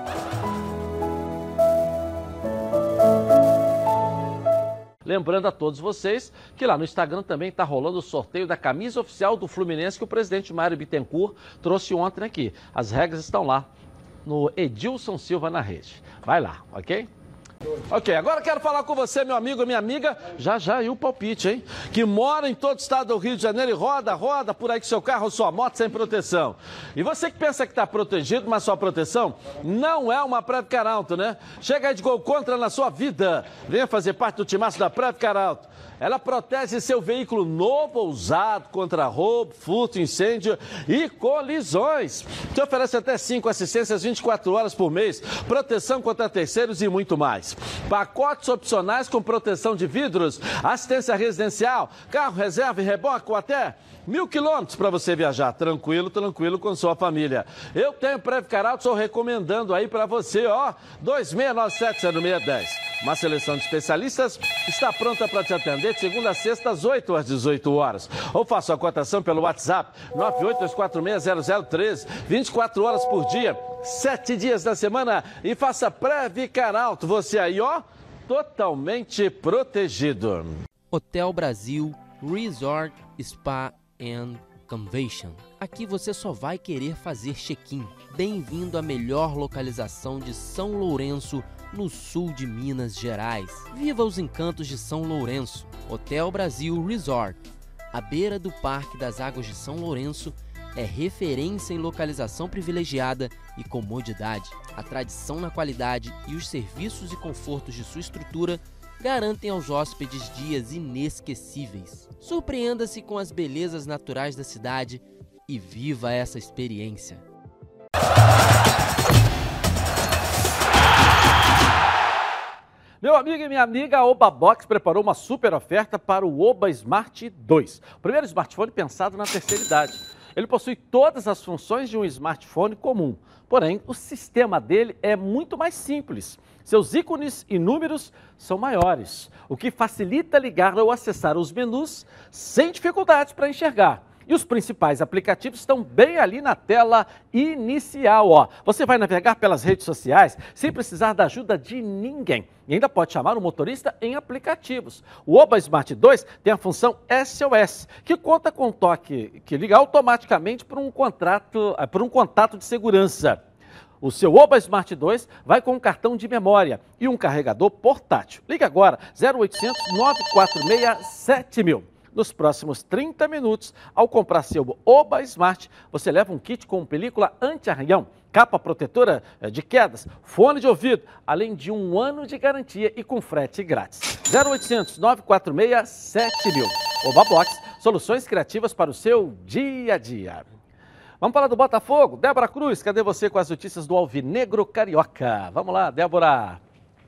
Speaker 1: Lembrando a todos vocês que lá no Instagram também está rolando o sorteio da camisa oficial do Fluminense que o presidente Mário Bittencourt trouxe ontem aqui. As regras estão lá no Edilson Silva na rede. Vai lá, ok? Ok, agora quero falar com você, meu amigo e minha amiga, já e o palpite, hein? Que mora em todo o estado do Rio de Janeiro e roda por aí com seu carro ou sua moto sem proteção. E você que pensa que está protegido, mas sua proteção não é uma Previcar Alto, né? Chega aí de gol contra na sua vida. Venha fazer parte do timaço da Previcar Alto. Ela protege seu veículo novo ou usado contra roubo, furto, incêndio e colisões. Te oferece até 5 assistências 24 horas por mês, proteção contra terceiros e muito mais. Pacotes opcionais com proteção de vidros, assistência residencial, carro reserva e reboque ou até 1.000 quilômetros para você viajar tranquilo com sua família. Eu tenho Previcar Alto, estou recomendando aí para você, ó, 2697-0610. Uma seleção de especialistas está pronta para te atender de segunda a sexta, às 8 às 18 horas. Ou faça a cotação pelo WhatsApp 982460013, 24 horas por dia, 7 dias da semana e faça Previcar Alto. Você aí, ó, totalmente protegido.
Speaker 12: Hotel Brasil Resort Spa and Convention. Aqui você só vai querer fazer check-in. Bem-vindo à melhor localização de São Lourenço, no sul de Minas Gerais. Viva os encantos de São Lourenço. Hotel Brasil Resort, à beira do Parque das Águas de São Lourenço, é referência em localização privilegiada e comodidade. A tradição na qualidade e os serviços e confortos de sua estrutura garantem aos hóspedes dias inesquecíveis. Surpreenda-se com as belezas naturais da cidade e viva essa experiência.
Speaker 1: Meu amigo e minha amiga, a Oba Box preparou uma super oferta para o Oba Smart 2. O primeiro smartphone pensado na terceira idade. Ele possui todas as funções de um smartphone comum, porém o sistema dele é muito mais simples. Seus ícones e números são maiores, o que facilita ligar ou acessar os menus sem dificuldades para enxergar. E os principais aplicativos estão bem ali na tela inicial, ó. Você vai navegar pelas redes sociais sem precisar da ajuda de ninguém. E ainda pode chamar o motorista em aplicativos. O Oba Smart 2 tem a função SOS, que conta com um toque que liga automaticamente por um contato de segurança. O seu Oba Smart 2 vai com um cartão de memória e um carregador portátil. Ligue agora, 0800 946 7000. Nos próximos 30 minutos, ao comprar seu Oba Smart, você leva um kit com película anti-arranhão, capa protetora de quedas, fone de ouvido, além de 1 ano de garantia e com frete grátis. 0800 946 7000. Oba Box, soluções criativas para o seu dia a dia. Vamos falar do Botafogo? Débora Cruz, cadê você com as notícias do Alvinegro Carioca? Vamos lá, Débora.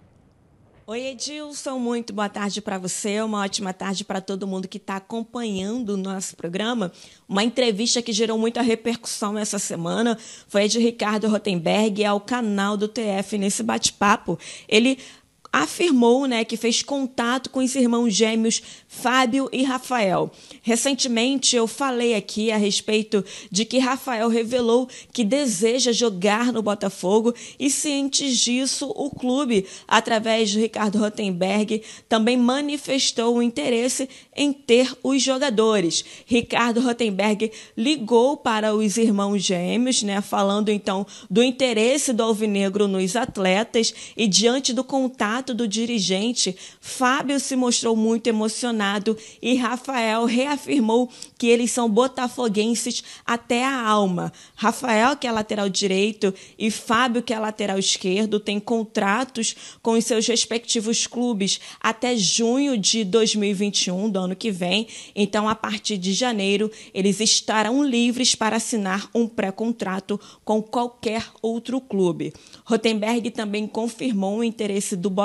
Speaker 6: Oi, Edilson, muito boa tarde para você, uma ótima tarde para todo mundo que está acompanhando o nosso programa. Uma entrevista que gerou muita repercussão essa semana foi a de Ricardo Rotenberg ao canal do TF. Nesse bate-papo, ele afirmou, que fez contato com os irmãos gêmeos Fábio e Rafael. Recentemente eu falei aqui a respeito de que Rafael revelou que deseja jogar no Botafogo e, cientes disso, o clube, através de Ricardo Rotenberg, também manifestou o interesse em ter os jogadores. Ricardo Rotenberg ligou para os irmãos gêmeos, falando então do interesse do Alvinegro nos atletas e, diante do contato do dirigente, Fábio se mostrou muito emocionado e Rafael reafirmou que eles são botafoguenses até a alma. Rafael, que é lateral direito, e Fábio, que é lateral esquerdo, têm contratos com os seus respectivos clubes até junho de 2021, do ano que vem. Então, a partir de janeiro, eles estarão livres para assinar um pré-contrato com qualquer outro clube. Rotenberg também confirmou o interesse do Botafogo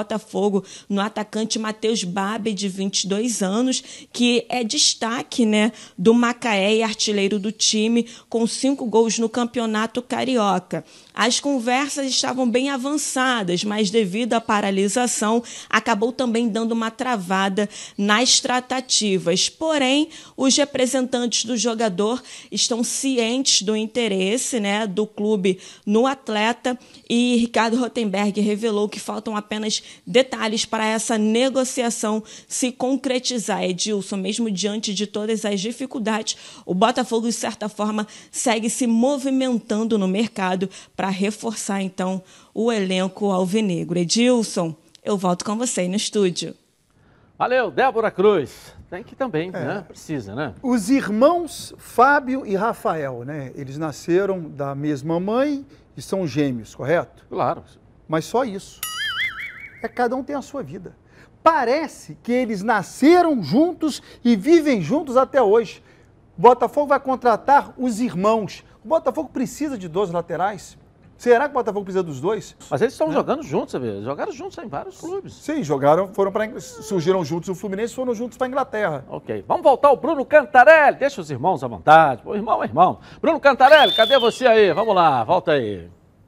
Speaker 6: Botafogo no atacante Matheus Babi, de 22 anos, que é destaque, né, do Macaé e artilheiro do time, com 5 gols no Campeonato Carioca. As conversas estavam bem avançadas, mas devido à paralisação, acabou também dando uma travada nas tratativas. Porém, os representantes do jogador estão cientes do interesse, né, do clube no atleta, e Ricardo Rotenberg revelou que faltam apenas detalhes para essa negociação se concretizar. Edilson, mesmo diante de todas as dificuldades, o Botafogo, de certa forma, segue se movimentando no mercado para reforçar, então, o elenco alvinegro. Edilson, eu volto com você aí no estúdio.
Speaker 1: Valeu, Débora Cruz. Tem que também, né? Precisa, né?
Speaker 2: Os irmãos Fábio e Rafael, né? Eles nasceram da mesma mãe e são gêmeos, correto?
Speaker 1: Claro.
Speaker 2: Mas só isso. Cada um tem a sua vida. Parece que eles nasceram juntos e vivem juntos até hoje. O Botafogo vai contratar os irmãos. O Botafogo precisa de 2 laterais. Será que o Botafogo precisa dos 2?
Speaker 1: Mas eles estão jogando juntos, você vê. Jogaram juntos em vários clubes.
Speaker 2: Sim, surgiram juntos no Fluminense e foram juntos para a Inglaterra.
Speaker 1: Ok, vamos voltar ao Bruno Cantarelli. Deixa os irmãos à vontade. O irmão é irmão. Bruno Cantarelli, cadê você aí? Vamos lá, volta aí.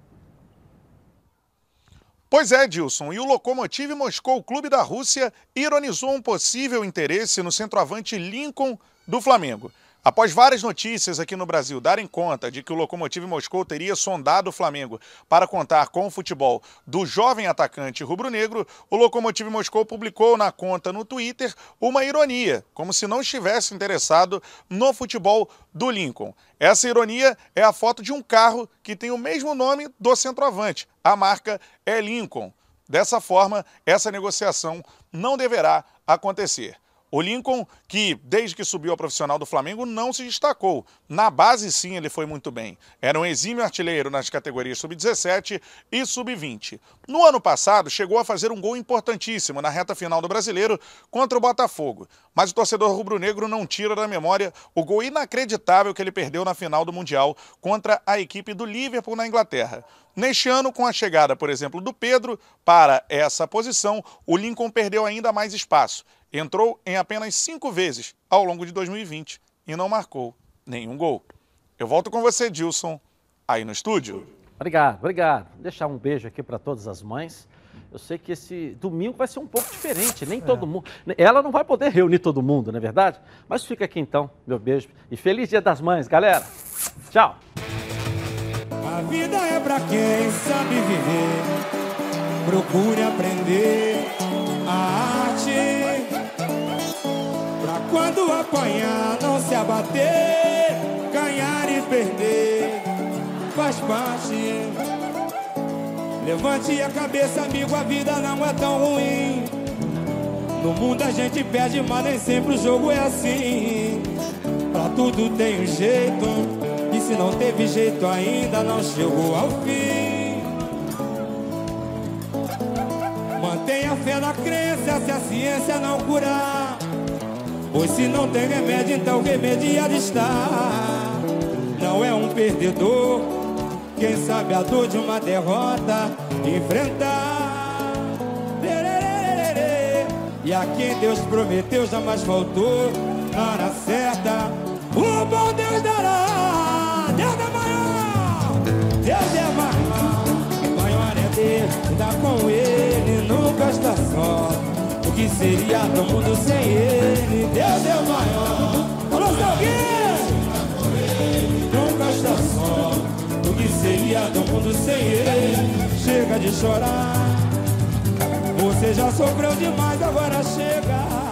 Speaker 14: Pois é, Edilson, e o Lokomotiv Moscou, clube da Rússia, ironizou um possível interesse no centroavante Lincoln do Flamengo. Após várias notícias aqui no Brasil darem conta de que o Lokomotiv Moscou teria sondado o Flamengo para contar com o futebol do jovem atacante rubro-negro, o Lokomotiv Moscou publicou na conta no Twitter uma ironia, como se não estivesse interessado no futebol do Lincoln. Essa ironia é a foto de um carro que tem o mesmo nome do centroavante. A marca é Lincoln. Dessa forma, essa negociação não deverá acontecer. O Lincoln, que desde que subiu ao profissional do Flamengo, não se destacou. Na base, sim, ele foi muito bem. Era um exímio artilheiro nas categorias sub-17 e sub-20. No ano passado, chegou a fazer um gol importantíssimo na reta final do Brasileiro contra o Botafogo. Mas o torcedor rubro-negro não tira da memória o gol inacreditável que ele perdeu na final do Mundial contra a equipe do Liverpool na Inglaterra. Neste ano, com a chegada, por exemplo, do Pedro para essa posição, o Lincoln perdeu ainda mais espaço. Entrou em apenas 5 vezes ao longo de 2020 e não marcou nenhum gol. Eu volto com você, Dilson, aí no estúdio.
Speaker 1: Obrigado, obrigado. Vou deixar um beijo aqui para todas as mães. Eu sei que esse domingo vai ser um pouco diferente, nem todo mundo... Ela não vai poder reunir todo mundo, não é verdade? Mas fica aqui então, meu beijo. E feliz Dia das Mães, galera. Tchau.
Speaker 8: A vida é pra quem sabe viver. Procure aprender a arte. Pra quando apanhar, não se abater. Ganhar e perder faz parte. Levante a cabeça, amigo, a vida não é tão ruim. No mundo a gente perde, mas nem sempre o jogo é assim. Pra tudo tem um jeito, e se não teve jeito ainda, não chegou ao fim. Mantenha a fé na crença, se a ciência não curar. Pois se não tem remédio, então remediado está. Não é um perdedor quem sabe a dor de uma derrota enfrentar. E a quem Deus prometeu jamais faltou. Na hora certa, o bom Deus dará. Deus é maior, Deus é maior. Maior é Deus, dá com Ele, nunca está só. O que seria do mundo sem Ele? Deus é maior. Falou, alguém? Nunca está só. O que seria do mundo sem Ele? Chega de chorar. Você já sofreu demais, agora chega.